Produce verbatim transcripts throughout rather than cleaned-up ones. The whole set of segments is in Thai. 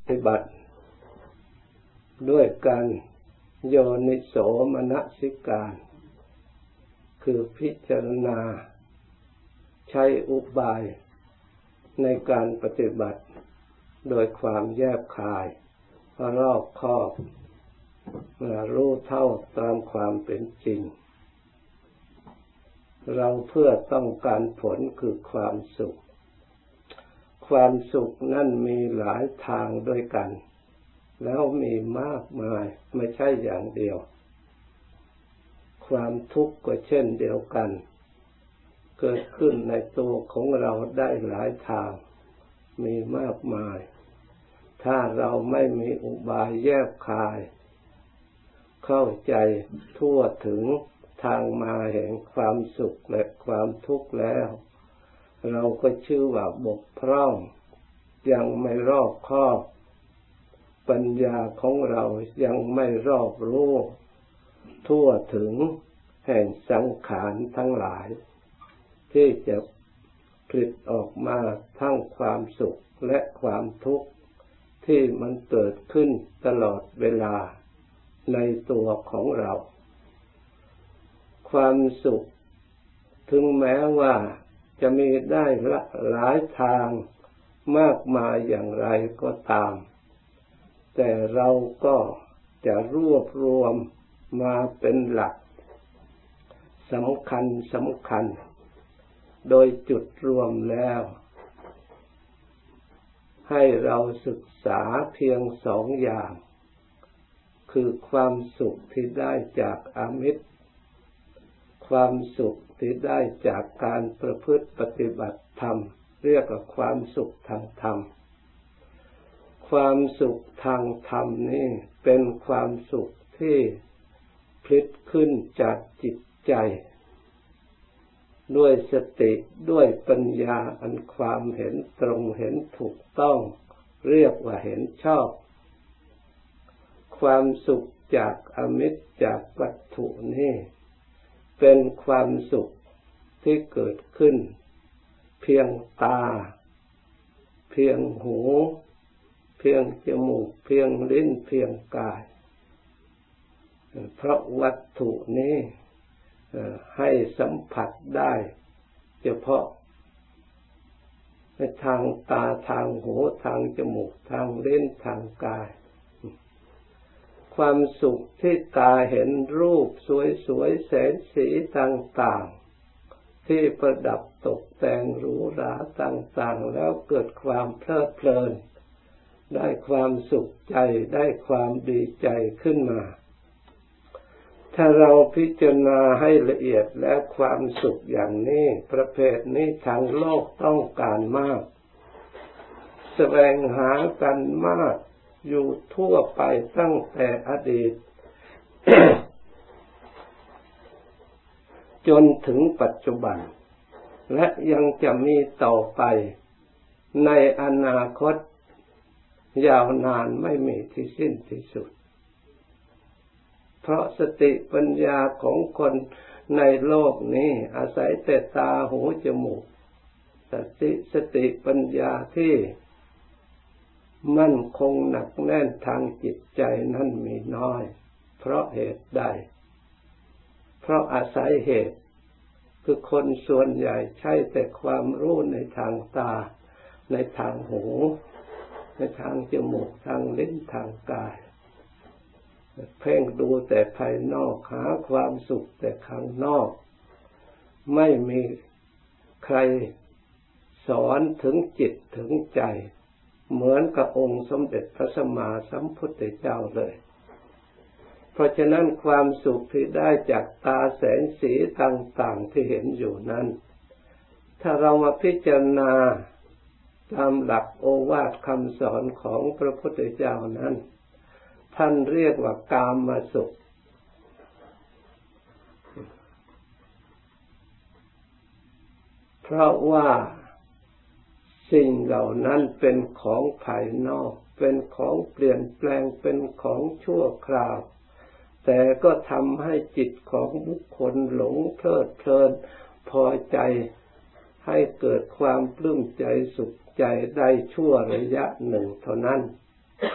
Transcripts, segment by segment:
ฏิบัติด้วยการโยนิโสมนสิการคือพิจารณาใช้อุบายในการปฏิบัติโดยความแยบคายรอบคอบรู้เท่าตามความเป็นจริงเราเพื่อต้องการผลคือความสุขความสุขนั่นมีหลายทางด้วยกันแล้วมีมากมายไม่ใช่อย่างเดียวความทุกข์ก็เช่นเดียวกันเกิดขึ้นในตัวของเราได้หลายทางมีมากมายถ้าเราไม่มีอุบายแยบคายเข้าใจทั่วถึงทางมาแห่งความสุขและความทุกข์แล้วเราก็ชื่อว่าบกพร่องยังไม่รอบคอบปัญญาของเรายังไม่รอบรู้ทั่วถึงแห่งสังขารทั้งหลายที่จะผลิตออกมาทั้งความสุขและความทุกข์ที่มันเกิดขึ้นตลอดเวลาในตัวของเราความสุขถึงแม้ว่าจะมีได้หลายทางมากมายอย่างไรก็ตามแต่เราก็จะรวบรวมมาเป็นหลักสำคัญสำคัญโดยจุดรวมแล้วให้เราศึกษาเพียงสองอย่างคือความสุขที่ได้จากอามิตรความสุขที่ได้จากการประพฤติปฏิบัติธรรมเรียกว่าความสุขทางธรรมความสุขทางธรรมนี่เป็นความสุขที่ผลิตขึ้นจากจิตใจด้วยสติด้วยปัญญาอันความเห็นตรงเห็นถูกต้องเรียกว่าเห็นชอบความสุขจากอามิตรจากวัตถุนี่เป็นความสุขที่เกิดขึ้นเพียงตาเพียงหูเพียงจมูกเพียงลิ้นเพียงกายเพราะวัตถุนี้ให้สัมผัสได้เฉพาะในทางตาทางหูทางจมูกทางลิ้นทางกายความสุขที่ตาเห็นรูปสวยๆแสงสีต่างๆที่ประดับตกแต่งหรูหราต่างๆแล้วเกิดความเพลิดเพลินได้ความสุขใจได้ความดีใจขึ้นมาถ้าเราพิจารณาให้ละเอียดและความสุขอย่างนี้ประเภทนี้ทางโลกต้องการมากแสวงหากันมากอยู่ทั่วไปตั้งแต่อดีต จนถึงปัจจุบันและยังจะมีต่อไปในอนาคตยาวนานไม่มีที่สิ้นที่สุดเพราะสติปัญญาของคนในโลกนี้อาศัยแต่ตาหูจมูกสติสติปัญญาที่มั่นคงหนักแน่นทางจิตใจนั้นมีน้อยเพราะเหตุใดเพราะอาศัยเหตุคือคนส่วนใหญ่ใช้แต่ความรู้ในทางตาในทางหูในทางจมูกทางลิ้นทางกายเพ่งดูแต่ภายนอกหาความสุขแต่ข้างนอกไม่มีใครสอนถึงจิตถึงใจเหมือนกับองค์สมเด็จพระสัมมาสัมพุทธเจ้าเลยเพราะฉะนั้นความสุขที่ได้จากตาแสงสีต่างๆที่เห็นอยู่นั้นถ้าเรามาพิจารณาตามหลักโอวาทคำสอนของพระพุทธเจ้านั้นท่านเรียกว่ากามสุขเพราะว่าสิ่งเหล่านั้นเป็นของภายนอกเป็นของเปลี่ยนแปลงเป็นของชั่วคราวแต่ก็ทำให้จิตของบุคคลหลงเพลิดเพลินพอใจให้เกิดความปลื้มใจสุขใจได้ชั่วระยะหนึ่งเท่านั้น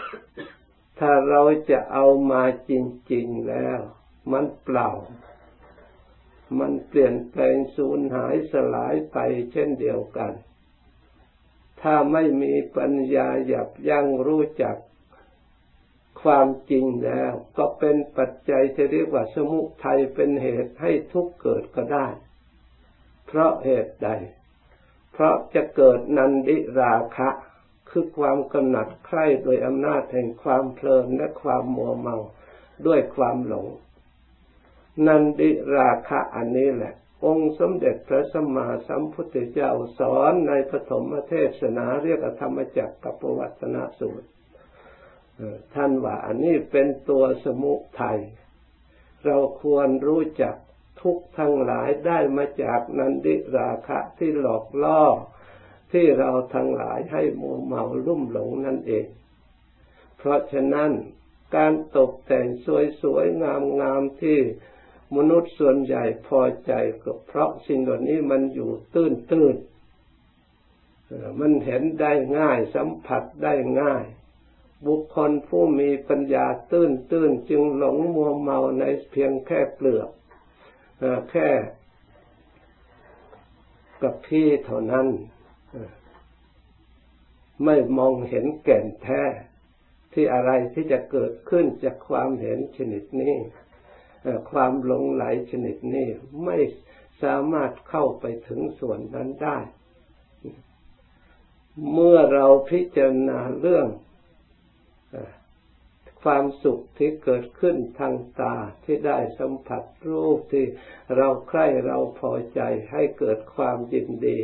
ถ้าเราจะเอามาจริงๆแล้วมันเปล่ามันเปลี่ยนแปลงสูญหายสลายไปเช่นเดียวกันถ้าไม่มีปัญญายับยั้งรู้จักความจริงแล้วก็เป็นปัจจัยที่เรียกว่าสมุทัยเป็นเหตุให้ทุกข์เกิดก็ได้เพราะเหตุใดเพราะจะเกิดนันทิราคะคือความกำหนัดใคร่โดยอำนาจแห่งความเพลินและความมัวเมาด้วยความหลงนันทิราคะอันนี้แหละองค์สมเด็จพระสัมมาสัมพุทธเจ้าสอนในปฐมเทศนาเรียกธรรมจักรกับปวัตตนสูตรท่านว่าอันนี้เป็นตัวสมุทัยเราควรรู้จักทุกข์ทั้งหลายได้มาจากนันทิราคะที่หลอกล่อที่เราทั้งหลายให้มัวเมาลุ่มหลงนั่นเองเพราะฉะนั้นการตกแต่งสวยๆงามๆที่มนุษย์ส่วนใหญ่พอใจก็เพราะสิ่งเหล่านี้มันอยู่ตื้นๆมันเห็นได้ง่ายสัมผัสได้ง่ายบุคคลผู้มีปัญญาตื้นๆจึงหลงมัวเมาในเพียงแค่เปลือกแค่กับพี่เท่านั้นไม่มองเห็นแก่นแท้ที่อะไรที่จะเกิดขึ้นจากความเห็นชนิดนี้ความหลงไหลชนิดนี้ไม่สามารถเข้าไปถึงส่วนนั้นได้เมื่อเราพิจารณาเรื่องความสุขที่เกิดขึ้นทางตาที่ได้สัมผัสรูปที่เราใคร่เราพอใจให้เกิดความยินดี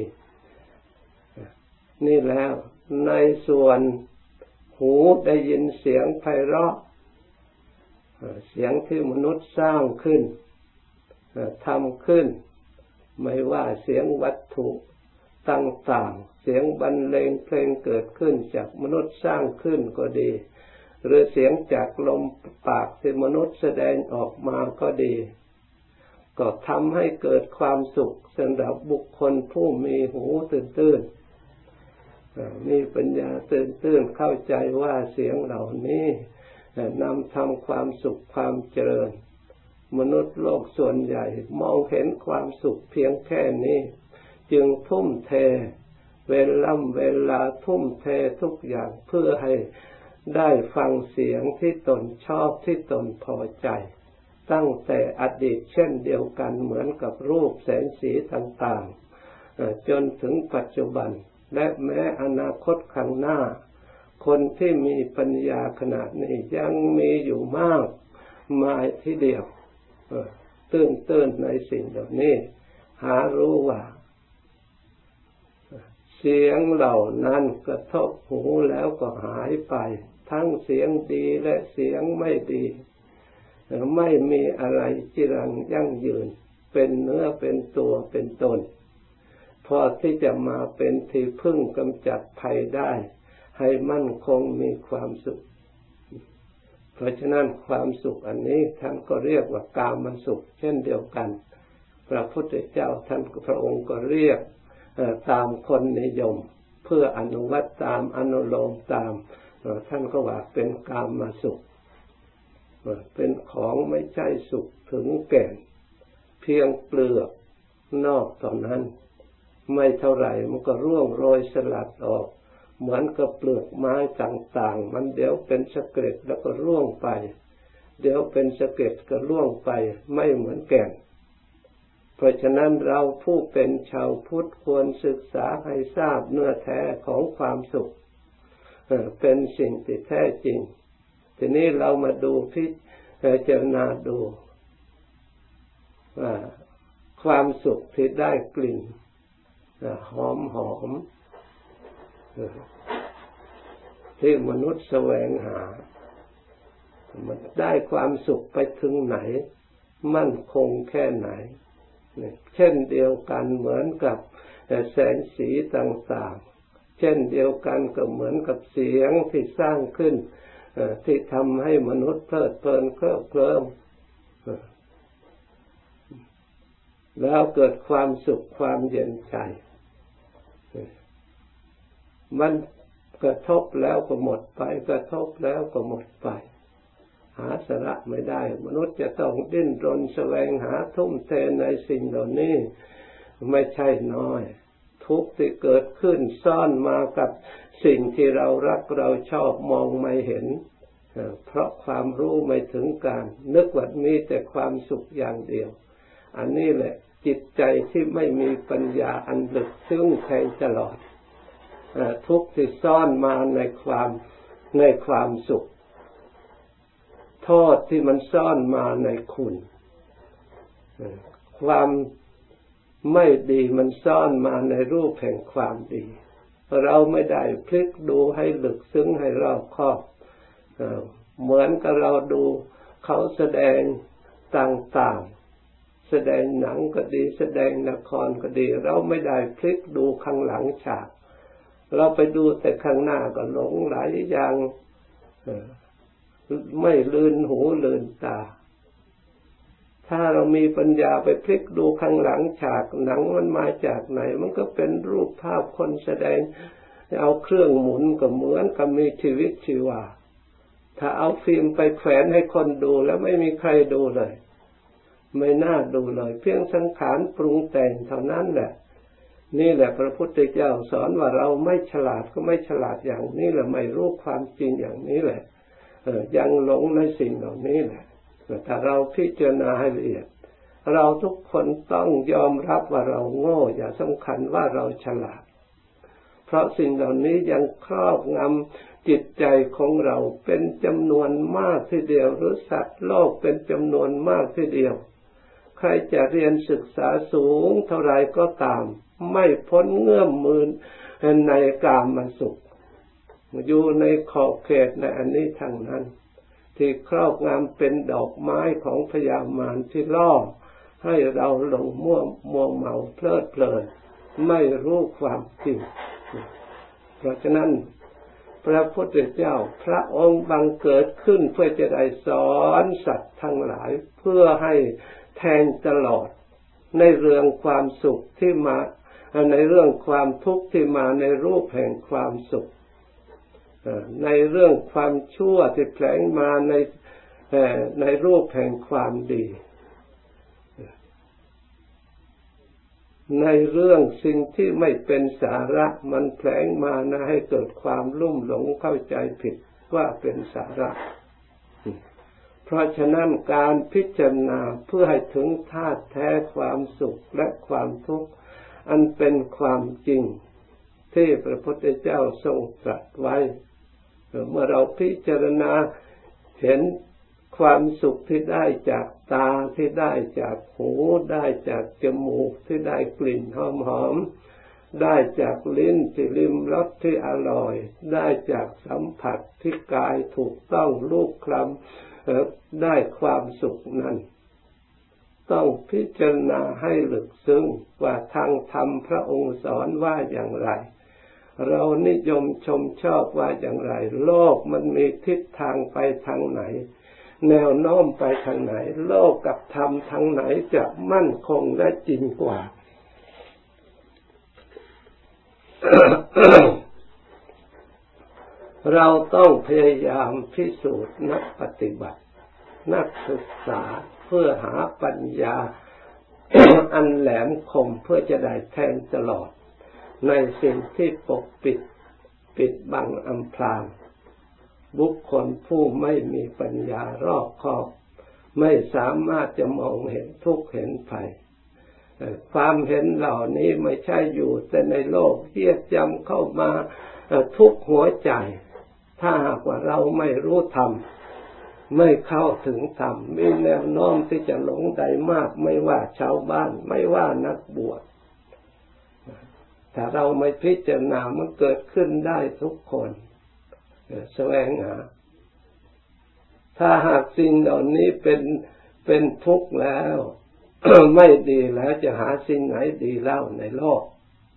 นี่แล้วในส่วนหูได้ยินเสียงไพเราะเสียงที่มนุษย์สร้างขึ้นทำขึ้นไม่ว่าเสียงวัตถุต่างๆเสียงบรรเลงเพลงเกิดขึ้นจากมนุษย์สร้างขึ้นก็ดีหรือเสียงจากลมปากที่มนุษย์แสดงออกมาก็ดีก็ทำให้เกิดความสุขสำหรับบุคคลผู้มีหูตื่นๆมีปัญญาตื่นๆเข้าใจว่าเสียงเหล่านี้นำทำความสุขความเจริญมนุษย์โลกส่วนใหญ่มองเห็นความสุขเพียงแค่นี้จึงทุ่มเทเวลาเวลาทุ่มเททุกอย่างเพื่อให้ได้ฟังเสียงที่ตนชอบที่ตนพอใจตั้งแต่อดีตเช่นเดียวกันเหมือนกับรูปแสงสีต่างๆจนถึงปัจจุบันและแม้อนาคตข้างหน้าคนที่มีปัญญาขนาดนี้ยังมีอยู่มากมายทีเดียวตื่นตื่นในสิ่งเหล่านี้หารู้ว่าเสียงเหล่านั้นกระทบหูแล้วก็หายไปทั้งเสียงดีและเสียงไม่ดีไม่มีอะไรจีรังยั่งยืนเป็นเนื้อเป็นตัวเป็นตนพอที่จะมาเป็นที่พึ่งกำจัดภัยได้ให้มั่นคงมีความสุขเพราะฉะนั้นความสุขอันนี้ท่านก็เรียกว่ากามสุขเช่นเดียวกันพระพุทธเจ้าท่านพระองค์ก็เรียกตามคนนิยมเพื่ออนุวัตตามอนุโลมตามท่านก็ว่าเป็นกามสุขเป็นของไม่ใช่สุขถึงแก่นเพียงเปลือกนอกเท่านั้นไม่เท่าไหร่มันก็ร่วงโรยสลัดออกเหมือนกับเปลือกไม้ต่างๆมันเดี๋ยวเป็นสะเก็ดแล้วก็ร่วงไปเดี๋ยวเป็นสะเก็ดก็ร่วงไปไม่เหมือนแก่นเพราะฉะนั้นเราผู้เป็นชาวพุทธควรศึกษาให้ทราบเนื้อแท้ของความสุขเป็นสิ่งที่แท้จริงทีนี้เรามาดูพิจารณาดูว่าความสุขที่ได้กลิ่นหอมหอมที่มนุษย์แสวงหามันได้ความสุขไปถึงไหนมั่นคงแค่ไหนเช่นเดียวกันเหมือนกับแสงสีต่างๆเช่นเดียวกันก็เหมือนกับเสียงที่สร้างขึ้นที่ทำให้มนุษย์เพลิดเพลินเคลิ้มเคลิ้มแล้วเกิดความสุขความเย็นใจมันกระทบแล้วก็หมดไปกระทบแล้วก็หมดไปหาสาระไม่ได้มนุษย์จะต้องดิ้นรนแสวงหาทุ่มเทในสิ่งเหล่านี้ไม่ใช่น้อยทุกข์ที่เกิดขึ้นซ่อนมากับสิ่งที่เรารักเราชอบมองไม่เห็นเพราะความรู้ไม่ถึงการนึกว่ามีแต่ความสุขอย่างเดียวอันนี้แหละจิตใจที่ไม่มีปัญญาอันลึกซึ้งแทงตลอดทุกข์ที่ซ่อนมาในความในความสุขโทษที่มันซ่อนมาในคุณความไม่ดีมันซ่อนมาในรูปแห่งความดีเราไม่ได้พลิกดูให้ลึกซึ้งให้รอบคอบเหมือนกับเราดูเขาแสดงต่างๆแสดงหนังก็ดีแสดงละครก็ดีเราไม่ได้พลิกดูข้างหลังฉากเราไปดูแต่ข้างหน้าก็หลงไหลอย่างไม่ลืนหูลืนตาถ้าเรามีปัญญาไปพลิกดูข้างหลังฉากหนังมันมาจากไหนมันก็เป็นรูปภาพคนแสดงเอาเครื่องหมุนก็เหมือนกับมีชีวิตชีวาถ้าเอาฟิล์มไปแขวนให้คนดูแล้วไม่มีใครดูเลยไม่น่าดูเลยเพียงสังขารปรุงแต่งเท่านั้นแหละนี่แหละพระพุทธเจ้าสอนว่าเราไม่ฉลาดก็ไม่ฉลาดอย่างนี้แหละไม่รู้ความจริงอย่างนี้แหละเออยังหลงในสิ่งเหล่านี้แหละถ้าเราพิจารณาให้ละเอียดเราทุกคนต้องยอมรับว่าเราโง่อย่าสำคัญว่าเราฉลาดเพราะสิ่งเหล่านี้ยังครอบงำจิตใจของเราเป็นจำนวนมากทีเดียวหรือสัตว์โลกเป็นจำนวนมากทีเดียวใครจะเรียนศึกษาสูงเท่าไรก็ตามไม่พ้นเงื่อมมือในกามสุขอยู่ในขอบเขตในอันนี้ทั้งนั้นที่ครอบงำเป็นดอกไม้ของพยามารที่ล่อให้เราหลงมั่วมัวเมาเพลิดเพลินไม่รู้ความจริงเพราะฉะนั้นพระพุทธเจ้าพระองค์บังเกิดขึ้นเพื่อจะได้สอนสัตว์ทั้งหลายเพื่อให้แทงตลอดในเรื่องความสุขที่มาในเรื่องความทุกข์ที่มาในรูปแห่งความสุขในเรื่องความชั่วที่แฝงมาในในรูปแห่งความดีในเรื่องสิ่งที่ไม่เป็นสาระมันแฝงมานะให้เกิดความลุ่มหลงเข้าใจผิดว่าเป็นสาระเพราะฉะนั้นการพิจารณาเพื่อให้ถึงธาตุแท้ความสุขและความทุกข์อันเป็นความจริงที่พระพุทธเจ้าทรงตรัสไว้เมื่อเราพิจารณาเห็นความสุขที่ได้จากตาที่ได้จากหูได้จากจมูกที่ได้กลิ่นหอมๆได้จากลิ้นที่ลิ้มรสที่อร่อยได้จากสัมผัสที่กายถูกต้องลูบคลำได้ความสุขนั้นต้องพิจารณาให้ลึกซึ้งว่าทางธรรมพระองค์สอนว่าอย่างไรเรานิยมชมชอบว่าอย่างไรโลกมันมีทิศทางไปทางไหนแนวโน้มไปทางไหนโลกกับธรรมทางไหนจะมั่นคงและจริงกว่า เราต้องพยายามพิสูจน์นักปฏิบัตินักศึกษาเพื่อหาปัญญา อันแหลมคมเพื่อจะได้แทงตลอดในสิ่งที่ปกปิดปิดบังอำพรางบุคคลผู้ไม่มีปัญญารอบคอบไม่สามารถจะมองเห็นทุกข์เห็นภัยความเห็นเหล่านี้ไม่ใช่อยู่แต่ในโลกเยียดยำเข้ามาทุกหัวใจถ้าหากว่าเราไม่รู้ธรรมไม่เข้าถึงธรรมมีแนวโน้มที่จะหลงใดมากไม่ว่าชาวบ้านไม่ว่านักบวชถ้าเราไม่พิจารณามันเกิดขึ้นได้ทุกคนแสวงหาถ้าหากสิ่งเหล่านี้เป็นเป็นทุกข์แล้ว ไม่ดีแล้วจะหาสิ่งไหนดีเล่าในโลก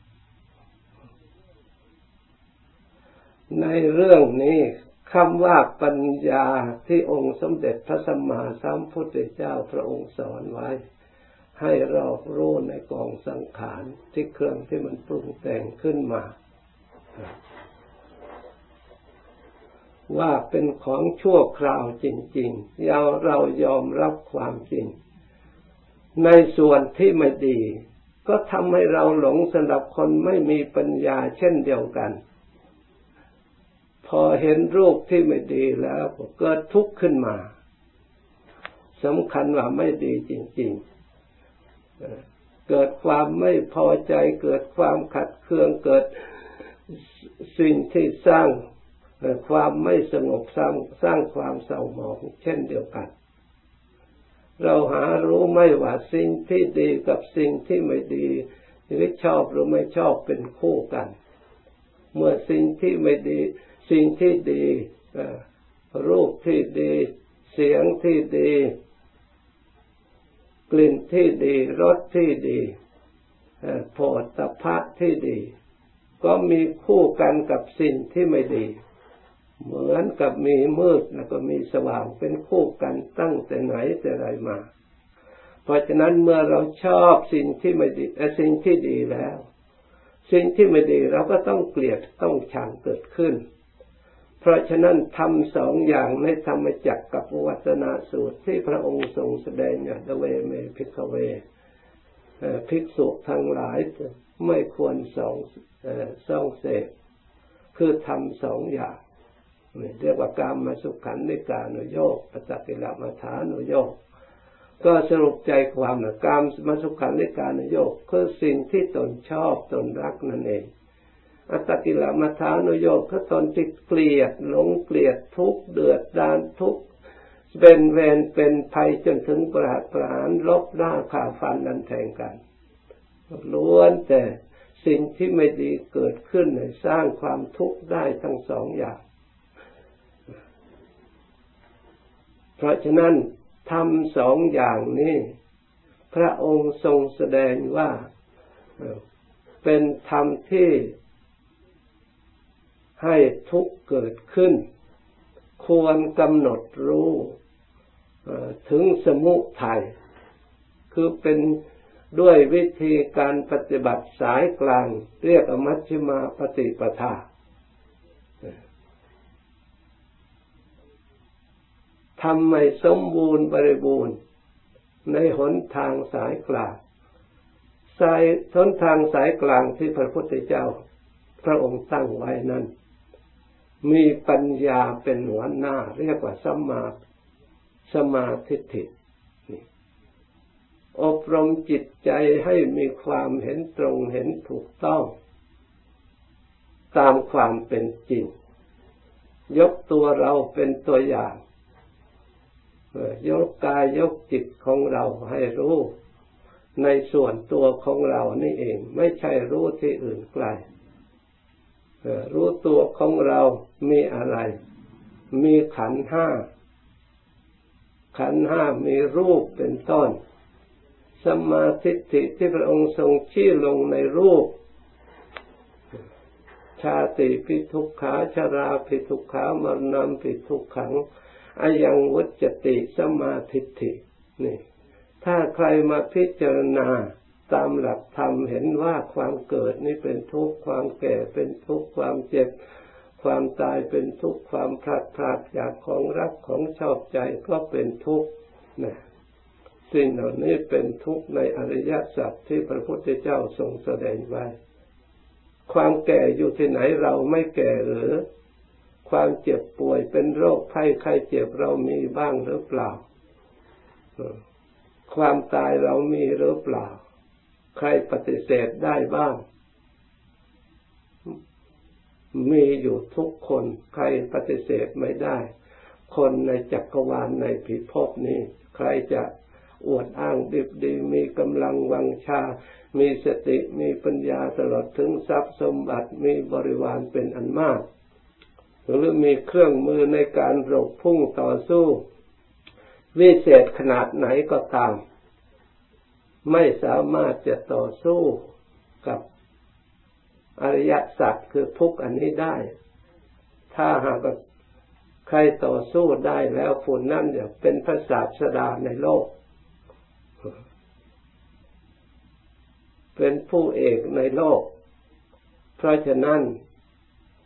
ในเรื่องนี้คำว่าปัญญาที่องค์สมเด็จพระสัมมาสัมพุทธเจ้าพระองค์สอนไว้ให้เรารู้ในกองสังขารที่เครื่องที่มันปรุงแต่งขึ้นมาว่าเป็นของชั่วคราวจริงๆเราเรายอมรับความจริงในส่วนที่ไม่ดีก็ทำให้เราหลงสำหรับคนไม่มีปัญญาเช่นเดียวกันพอเห็นรูปที่ไม่ดีแล้วก็เกิดทุกข์ขึ้นมาสำคัญว่าไม่ดีจริงๆเกิดความไม่พอใจเกิดความขัดเคืองเกิดสิ่งที่สร้างความไม่สงบสร้างสร้างความเศร้าหมองเช่นเดียวกันเราหารู้ไม่ว่าสิ่งที่ดีกับสิ่งที่ไม่ดีหรือชอบหรือไม่ชอบเป็นคู่กันเมื่อสิ่งที่ไม่ดีสิ่งที่ดีรูปที่ดีเสียงที่ดีกลิ่นที่ดีรสที่ดีโผฏฐัพพะที่ดีก็มีคู่กันกับสิ่งที่ไม่ดีเหมือนกับมีมืดแล้วก็มีสว่างเป็นคู่กันตั้งแต่ไหนแต่ไรมาเพราะฉะนั้นเมื่อเราชอบสิ่งที่ไม่ดีและสิ่งที่ดีแล้วสิ่งที่ไม่ดีเราก็ต้องเกลียดต้องชังเกิดขึ้นเพราะฉะนั้นทำสองอย่างในธรรมจักรกับวัฒนาสูตรที่พระองค์ทรงแสดงอย่างเวเมภิกขเวภิกษุทั้งหลายไม่ควรส่องส่องเสพคือทำสองอย่างเรียกว่ากามสุขันธิกานุโยคปัจจกิลมัฏฐานุโยคก็สรุปใจความนะกามสุขันธิกานุโยคคือสิ่งที่ตนชอบตนรักนั่นเองอัตตกิลมัฏฐานุโยคคือตนที่เกลียดหลงเกลียดทุกข์เดือดดาลทุกข์เป็นเวรเป็นภัยจนถึงประหารประหารลบหน้าฆ่าฟันดันแทงกันล้วนแต่สิ่งที่ไม่ดีเกิดขึ้นในสร้างความทุกข์ได้ทั้งสองอย่างเพราะฉะนั้นทำสองอย่างนี้พระองค์ทรงแสดงว่าเป็นธรรมที่ให้ทุกข์เกิดขึ้นควรกำหนดรู้ถึงสมุทัยคือเป็นด้วยวิธีการปฏิบัติสายกลางเรียกว่ามัชฌิมาปฏิปทาทำให้สมบูรณ์บริบูรณ์ในหนทางสายกลางสายหนทางสายกลางที่พระพุทธเจ้าพระองค์ตั้งไว้นั้นมีปัญญาเป็นหัวหน้าเรียกว่าสัมมาสมาธิฏฐิอบรมจิตใจให้มีความเห็นตรงเห็นถูกต้องตามความเป็นจริงยกตัวเราเป็นตัวอย่างยกกายยกจิตของเราให้รู้ในส่วนตัวของเรานี่เองไม่ใช่รู้ที่อื่นไกลรู้ตัวของเรามีอะไรมีขันธ์ห้าขันธ์ห้ามีรูปเป็นต้นสัมมาทิฏฐิที่พระองค์ทรงชี้ลงในรูปชาติปิทุกขาชราปิทุกขามรณะปิทุกขังอายังวุจจติสัมมาทิฏฐินี่ถ้าใครมาพิจารณาตามหลักธรรมเห็นว่าความเกิดนี่เป็นทุกข์ความแก่เป็นทุกข์ความเจ็บความตายเป็นทุกข์ความพลัดพรากจากของรักของชอบใจก็เป็นทุกข์นะสิ่งเหล่านี้เป็นทุกข์ในอริยสัจที่พระพุทธเจ้าทรงแสดงไว้ความแก่อยู่ที่ไหนเราไม่แก่หรือความเจ็บป่วยเป็นโรคภัยไข้เจ็บเรามีบ้างหรือเปล่าความตายเรามีหรือเปล่าใครปฏิเสธได้บ้างมีอยู่ทุกคนใครปฏิเสธไม่ได้คนในจักรวาลในพิภพนี้ใครจะอวดอ้างดิบดีมีกำลังวังชามีสติมีปัญญาตลอดถึงทรัพย์สมบัติมีบริวารเป็นอันมากหรือมีเครื่องมือในการรบพุ่งต่อสู้วิเศษขนาดไหนก็ตามไม่สามารถจะต่อสู้กับอริยสัจคือทุกข์อันนี้ได้ถ้าหากใครต่อสู้ได้แล้วผู้นั้นจะเป็นพระศาสดาในโลกเป็นผู้เอกในโลกเพราะฉะนั้น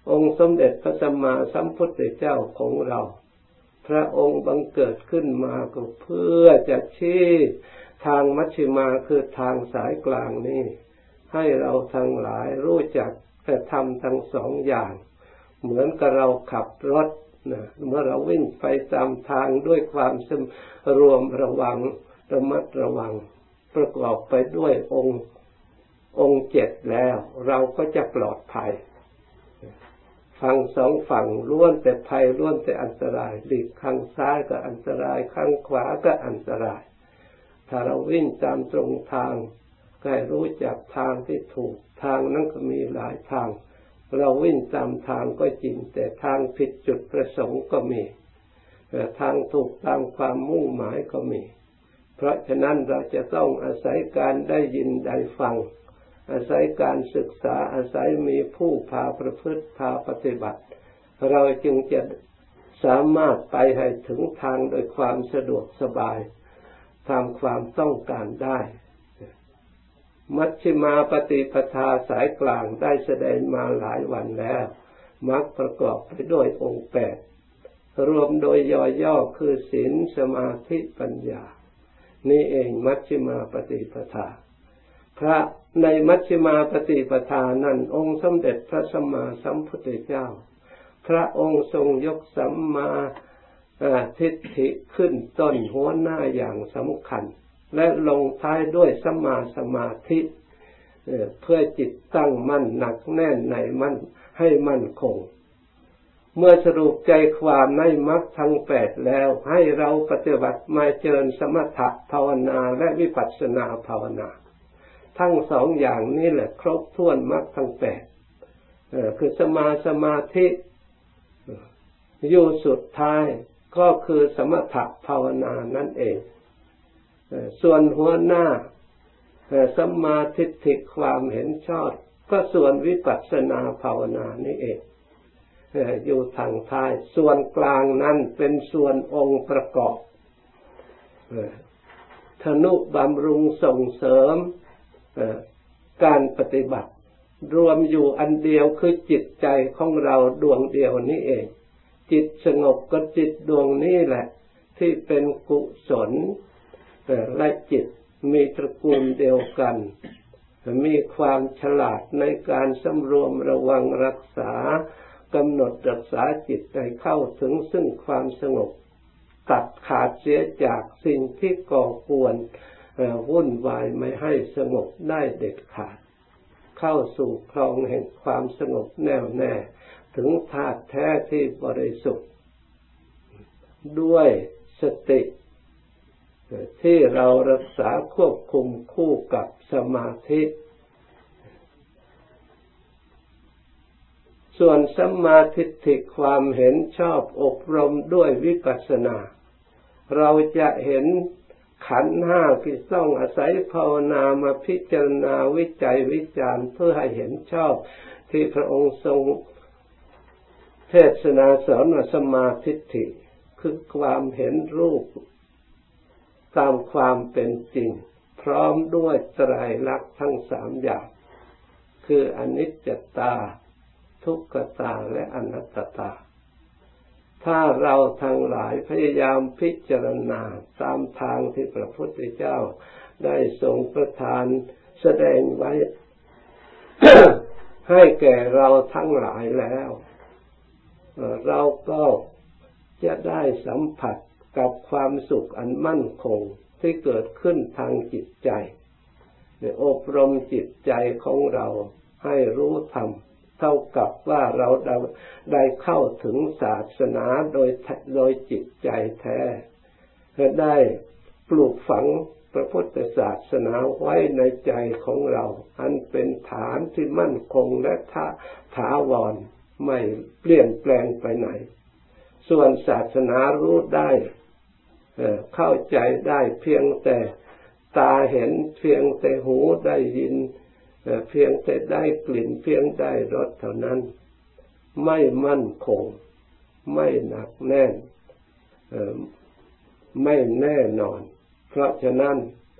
องค์สมเด็จพระสัมมาสัมพุทธเจ้าของเราพระองค์บังเกิดขึ้นมาก็เพื่อจะชี้ทางมัชฌิมาคือทางสายกลางนี้ให้เราทั้งหลายรู้จักแต่ทำทั้งสองอย่างเหมือนกับเราขับรถนะเมื่อเราวิ่งไปตามทางด้วยความสำรวมระวังระมัดระวังประกอบไปด้วยองค์องค์เจ็ดแล้วเราก็จะปลอดภัยฝั่งสองฝั่งล้วนแต่ภัยล้วนแต่อันตรายหลีกข้างซ้ายก็อันตรายข้างขวาก็อันตรายถ้าเราวิ่งตามตรงทางก็ให้รู้จักทางที่ถูกทางนั้นก็มีหลายทางเราวิ่งตามทางก็จริงแต่ทางผิดจุดประสงค์ก็มีทางถูกตามความมุ่งหมายก็มีเพราะฉะนั้นเราจะต้องอาศัยการได้ยินได้ฟังอาศัยการศึกษาอาศัยมีผู้พาประพฤติพาปฏิบัติเราจึงจะสามารถไปให้ถึงทางโดยความสะดวกสบายตามความต้องการได้มัชฌิมาปฏิปทาสายกลางได้แสดงมาหลายวันแล้วมักประกอบไปด้วยองค์แปดรวมโดยย่อๆคือศีลสมาธิปัญญานี่เองมัชฌิมาปฏิปทาพระในมัชฌิมาปฏิปทานั้นองค์สมเด็จพระสัมมาสัมพุทธเจ้าพระองค์ทรงยกสัมมาทิฏฐิขึ้นต้นหัวหน้าอย่างสำคัญและลงท้ายด้วยสัมมาสมาธิเพื่อจิตตั้งมั่นหนักแน่นในมั่นให้มั่นคงเมื่อสรุปใจความในมรรคทั้งแปดแล้วให้เราปฏิบัติมาเจริญสมถะภาวนาและวิปัสสนาภาวนาทั้งสองอย่างนี้แหละครบถ้วนมรรคทั้งแปดคือสมาสมาธิอยู่สุดท้ายก็คือสมถะภาวนานั่นเองส่วนหัวหน้าสัมมาทิฏฐิความเห็นชอบก็ส่วนวิปัสสนาภาวนานี่เองอยู่ทางท้ายส่วนกลางนั้นเป็นส่วนองค์ประกอบทนุบำรุงส่งเสริมการปฏิบัติรวมอยู่อันเดียวคือจิตใจของเราดวงเดียวนี้เองจิตสงบก็จิตดวงนี้แหละที่เป็นกุศลและจิตมีตระกูลเดียวกันมีความฉลาดในการสำรวมระวังรักษากำหนดรักษาจิตให้เข้าถึงซึ่งความสงบตัดขาดเสียจากสิ่งที่ก่อกวนวุ่นวายไม่ให้สงบได้เด็ดขาดเข้าสู่คลองแห่งความสงบแน่วแน่ถึงธาตุแท้ที่บริสุทธิ์ด้วยสติที่เรารักษาควบคุมคู่กับสมาธิส่วนสัมมาทิฏฐิความเห็นชอบอบรมด้วยวิปัสสนาเราจะเห็นขันธ์ห้าที่ต้องอาศัยภาวนามาพิจารณาวิจัยวิจารณ์เพื่อให้เห็นชอบที่พระองค์ทรงเทศนาสอนว่าสัมมาทิฏฐิคือความเห็นรูปตามความเป็นจริงพร้อมด้วยไตรลักษณ์ทั้งสามอย่างคืออนิจจตาทุกขตาและอนัตตาถ้าเราทั้งหลายพยายามพิจารณาตามทางที่พระพุทธเจ้าได้ทรงประทานแสดงไว้ ให้แก่เราทั้งหลายแล้วเราก็จะได้สัมผัสกับความสุขอันมั่นคงที่เกิดขึ้นทางจิตใจอบรมจิตใจของเราให้รู้ธรรมเท่ากับว่าเราได้เข้าถึงศาสนาโดยโดยจิตใจแท้ได้ปลูกฝังพระพุทธศาสนาไว้ในใจของเราอันเป็นฐานที่มั่นคงและถาวรไม่เปลี่ยนแปลงไปไหนส่วนศาสนารู้ได้เข้าใจได้เพียงแต่ตาเห็นเพียงแต่หูได้ยินเพียงแต่ได้กลิ่นเพียงได้รสเท่านั้นไม่มั่นคงไม่หนักแน่นไม่แน่นอนเพราะฉะนั้นค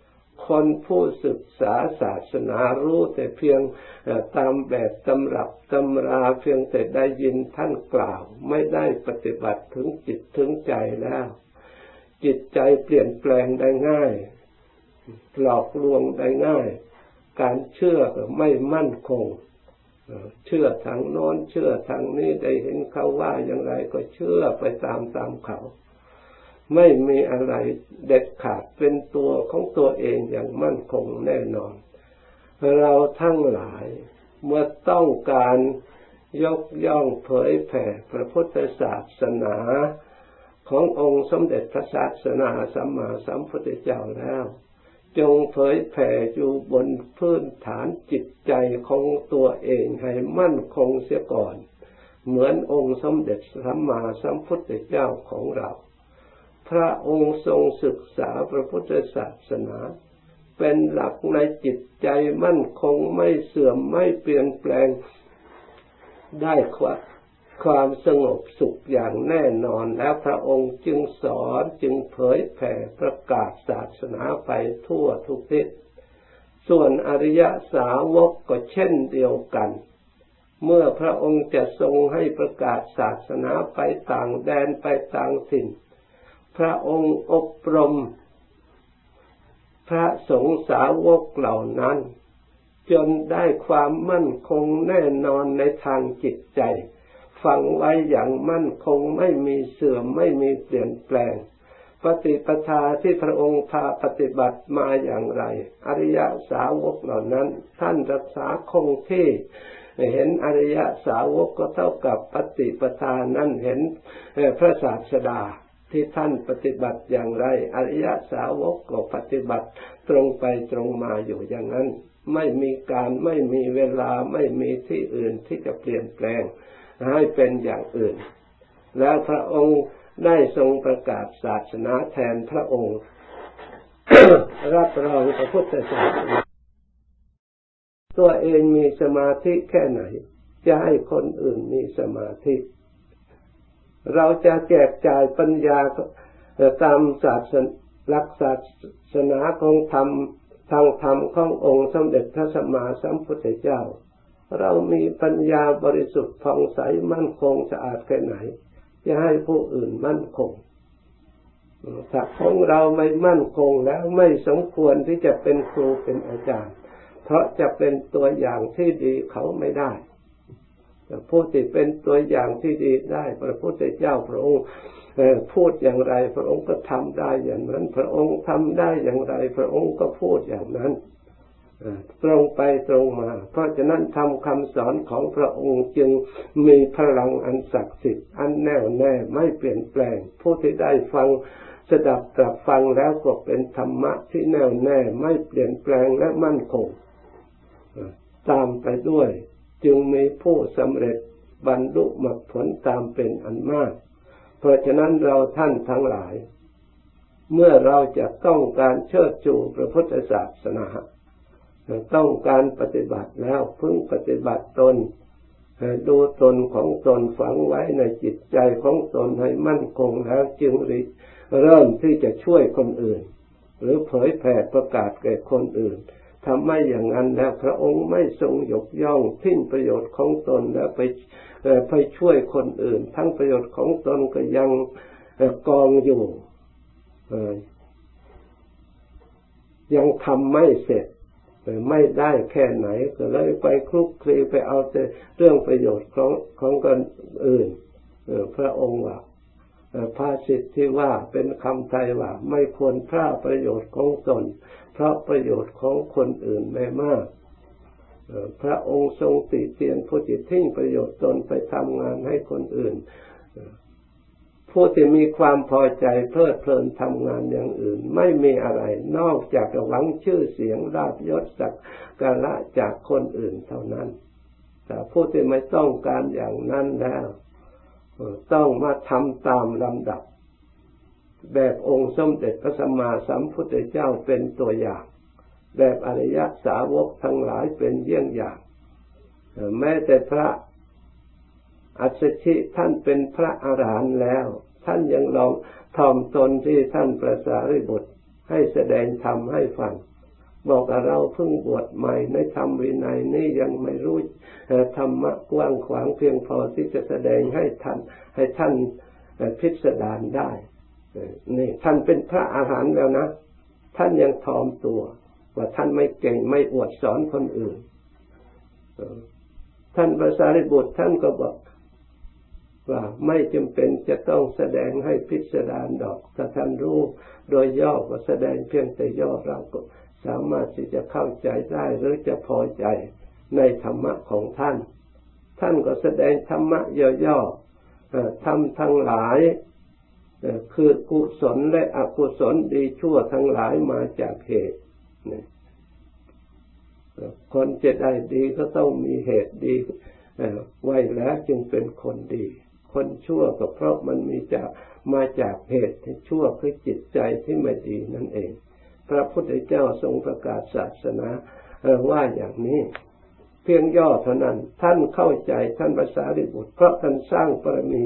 คนผู้ศึกษาศาสนารู้แต่เพียงตามแบบตำรับตำราเพียงแต่ได้ยินท่านกล่าวไม่ได้ปฏิบัติถึงจิตถึงใจแล้วจิตใจเปลี่ยนแปลงได้ง่ายหลอกลวงได้ง่ายการเชื่อไม่มั่นคงเชื่อทางโน้นเชื่อทางนี้ได้เห็นเขาว่าอย่างไรก็เชื่อไปตามตามเขาไม่มีอะไรเด็ดขาดเป็นตัวของตัวเองอย่างมั่นคงแน่นอนเราทั้งหลายเมื่อต้องการยกย่องเผยแผ่พระพุทธศาสนาขององค์สมเด็จพระศาสดาสัมมาสัมพุทธเจ้าแล้วจงเผยแผ่อยู่บนพื้นฐานจิตใจของตัวเองให้มั่นคงเสียก่อนเหมือนองค์สมเด็จสัมมาสัมพุทธเจ้าของเราพระองค์ทรงศึกษาพระพุทธศาสนาเป็นหลักในจิตใจมั่นคงไม่เสื่อมไม่เปลี่ยนแปลงได้ความความสงบสุขอย่างแน่นอนแล้วพระองค์จึงสอนจึงเผยแผ่ประกาศศาสนาไปทั่วทุกทิศส่วนอริยสาวกก็เช่นเดียวกันเมื่อพระองค์จะทรงให้ประกาศศาสนาไปต่างแดนไปต่างถิ่นพระองค์อบรมพระสงฆ์สาวกเหล่านั้นจนได้ความมั่นคงแน่นอนในทางจิตใจฝังไว้อย่างมั่นคงไม่มีเสื่อมไม่มีเปลี่ยนแปลงปฏิปทาที่พระองค์พาปฏิบัติมาอย่างไรอริยสาวกเหล่านั้นท่านรักษาคงที่เห็นอริยสาวกก็เท่ากับปฏิปทานั้นเห็นพระศาสดาที่ท่านปฏิบัติอย่างไรอริยสาวกก็ปฏิบัติตรงไปตรงมาอยู่อย่างนั้นไม่มีการไม่มีเวลาไม่มีที่อื่นที่จะเปลี่ยนแปลงให้เป็นอย่างอื่นแล้วพระองค์ได้ทรงประกาศศาสนาแทนพระองค์ รับรองพระพุทธศาสนาตัวเองมีสมาธิแค่ไหนจะให้คนอื่นมีสมาธิเราจะแจกจ่ายปัญญาตามศาสนาหลักศาสนาของธรรมทางธรรมขององค์สมเด็จพระสัมมาสัมพุทธเจ้าเรามีปัญญาบริสุทธิ์ผ่องใสมั่นคงสะอาดแค่ไหนจะให้ผู้อื่นมั่นคงถ้าของเราไม่มั่นคงแล้วไม่สมควรที่จะเป็นครูเป็นอาจารย์เพราะจะเป็นตัวอย่างที่ดีเขาไม่ได้ผู้ที่เป็นตัวอย่างที่ดีได้พระพุทธเจ้าพระองค์พูดอย่างไรพระองค์ก็ทำได้อย่างนั้นพระองค์ทำได้อย่างไรพระองค์ก็พูดอย่างนั้นตรงไปตรงมาเพราะฉะนั้นทำคำสอนของพระองค์จึงมีพลังอันศักดิ์สิทธิ์อันแน่วแน่ไม่เปลี่ยนแปลงผู้ที่ได้ฟังสดับตรับฟังแล้วก็เป็นธรรมะที่แน่วแน่ไม่เปลี่ยนแปลงและมั่นคงตามไปด้วยจึงมีผู้สำเร็จบรรลุมรรคผลตามเป็นอันมากเพราะฉะนั้นเราท่านทั้งหลายเมื่อเราจะต้องการเชิดชูพระพุทธศาสนาต้องการปฏิบัติแล้วพึงปฏิบัติตนดูตนของตนฝังไว้ในจิตใจของตนให้มั่นคงแล้วจึงเริ่มที่จะช่วยคนอื่นหรือเผยแผ่ประกาศแก่คนอื่นทำไม่อย่างนั้นแล้วพระองค์ไม่ทรงยกย่องทิ้งประโยชน์ของตนแล้วไปไปช่วยคนอื่นทั้งประโยชน์ของตนก็ยังกองอยู่ยังทำไม่เสร็จไม่ได้แค่ไหนก็เลยไปคลุกคลีไปเอาแต่เรื่องประโยชน์ของของคนอื่นพระองค์ว่าภาษิตที่ว่าเป็นคำไทยว่าไม่ควรพลาดประโยชน์ของตนเพราะประโยชน์ของคนอื่นไม่มากพระองค์ทรงติเตียนผู้ที่ทิ้งประโยชน์ตนไปทำงานให้คนอื่นผู้ที่มีความพอใจเพลิดเพลินทำงานอย่างอื่นไม่มีอะไรนอกจากหวังชื่อเสียงลาภยศสักการะจากคนอื่นเท่านั้นแต่ผู้ที่ไม่ต้องการอย่างนั้นแล้วต้องมาทำตามลำดับแบบองค์สมเด็จพระสัมมาสัมพุทธเจ้าเป็นตัวอย่างแบบอริยสาวกทั้งหลายเป็นเยี่ยงอย่างแม้แต่พระอัสสชิท่านเป็นพระอรหันต์แล้วท่านยังลองถ่อมตนที่ท่านพระสารีบุตรให้แสดงธรรมให้ฟังบอกว่าเราเพิ่งบวชใหม่ในธรรมวินัยนี่ยังไม่รู้ธรรมะกว้างขวางเพียงพอที่จะแสดงให้ท่านให้ท่านพิสดารได้นี่ท่านเป็นพระอรหันต์แล้วนะท่านยังถ่อมตัวว่าท่านไม่เก่งไม่อวดสอนคนอื่นท่านพระสารีบุตรท่านก็บอกว่าไม่จำเป็นจะต้องแสดงให้พิสดารดอกถ้าท่านรู้โดยย่อก็แสดงเพียงแต่ย่อเราก็สามารถที่จะเข้าใจได้หรือจะพอใจในธรรมะของท่านท่านก็แสดงธรรมะย่อๆทำทั้งหลายคือกุศลและอกุศลดีชั่วทั้งหลายมาจากเหตุคนจะได้ดีก็ต้องมีเหตุดีไว้แล้วจึงเป็นคนดีคนชั่วก็เพราะมันมีจากมาจากเหตุที่ชั่วคือจิตใจที่ไม่ดีนั่นเองพระพุทธเจ้าทรงประกาศศาสนาว่าอย่างนี้เพียงย่อเท่านั้นท่านเข้าใจท่านพระสารีบุตรเพราะท่านสร้างบารมี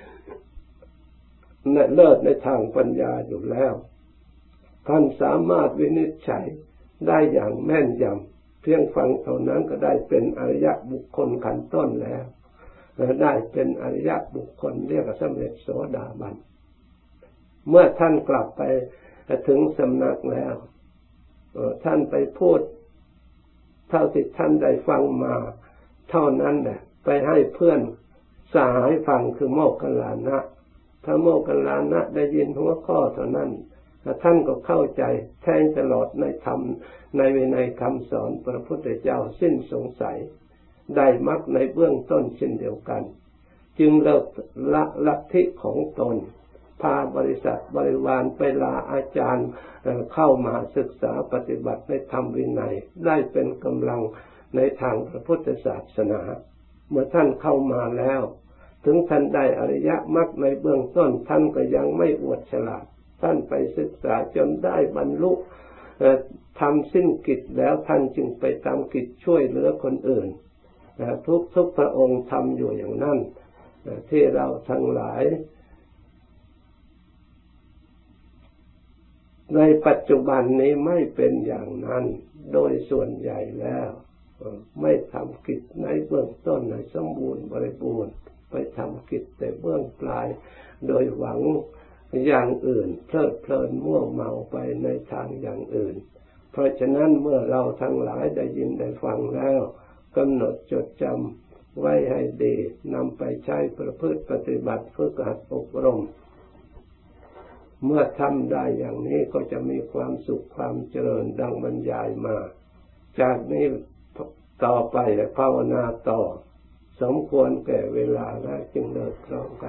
เลิศในทางปัญญาอยู่แล้วท่านสามารถวินิจฉัยได้อย่างแม่นยำเพียงฟังเท่านั้นก็ได้เป็นอริยบุคคลขั้นต้นแล้วได้เป็นอริยบุคคลเรียกว่าสำเร็จโสดาบันเมื่อท่านกลับไปถึงสำนักแล้วท่านไปพูดเท่าที่ท่านได้ฟังมาเท่านั้นแหละไปให้เพื่อนสหายฟังคือโมคคัลลานะพระโมคคัลลานะได้ยินหัวข้อเท่านั้นท่านก็เข้าใจแทงตลอดในธรรมในวินัยคำสอนพระพุทธเจ้าสิ้นสงสัยได้มรรคในเบื้องต้นเช่นเดียวกันจึงเลิกละลัทธิของตนพาบริษัทบริวารไปลาอาจารย์เข้ามาศึกษาปฏิบัติในธรรมวินัยได้เป็นกำลังในทางพระพุทธศาสนาเมื่อท่านเข้ามาแล้วถึงท่านได้อริยมรรคในเบื้องต้นท่านก็ยังไม่อวดฉลาดท่านไปศึกษาจนได้บรรลุทำสิ้นกิจแล้วท่านจึงไปทำกิจช่วยเหลือคนอื่นทุกทุกพระองค์ทำอยู่อย่างนั้นที่เราทั้งหลายในปัจจุบันนี้ไม่เป็นอย่างนั้นโดยส่วนใหญ่แล้วไม่ทำกิจในเบื้องต้นในสมบูรณ์บริบูรณ์ไปทำกิจแต่เบื้องปลายโดยหวังอย่างอื่นเพลิดเพลินมั่วเมาไปในทางอย่างอื่นเพราะฉะนั้นเมื่อเราทั้งหลายได้ยินได้ฟังแล้วกำหนดจดจำไว้ให้ดีนำไปใช้ประพฤติปฏิบัติฝึกหัดอบรมเมื่อทำได้อย่างนี้ก็จะมีความสุขความเจริญดังบรรยายมาจากนี้ต่อไปภาวนาต่อสมควรแก่เวลาและจึงเลิกพร้อมกัน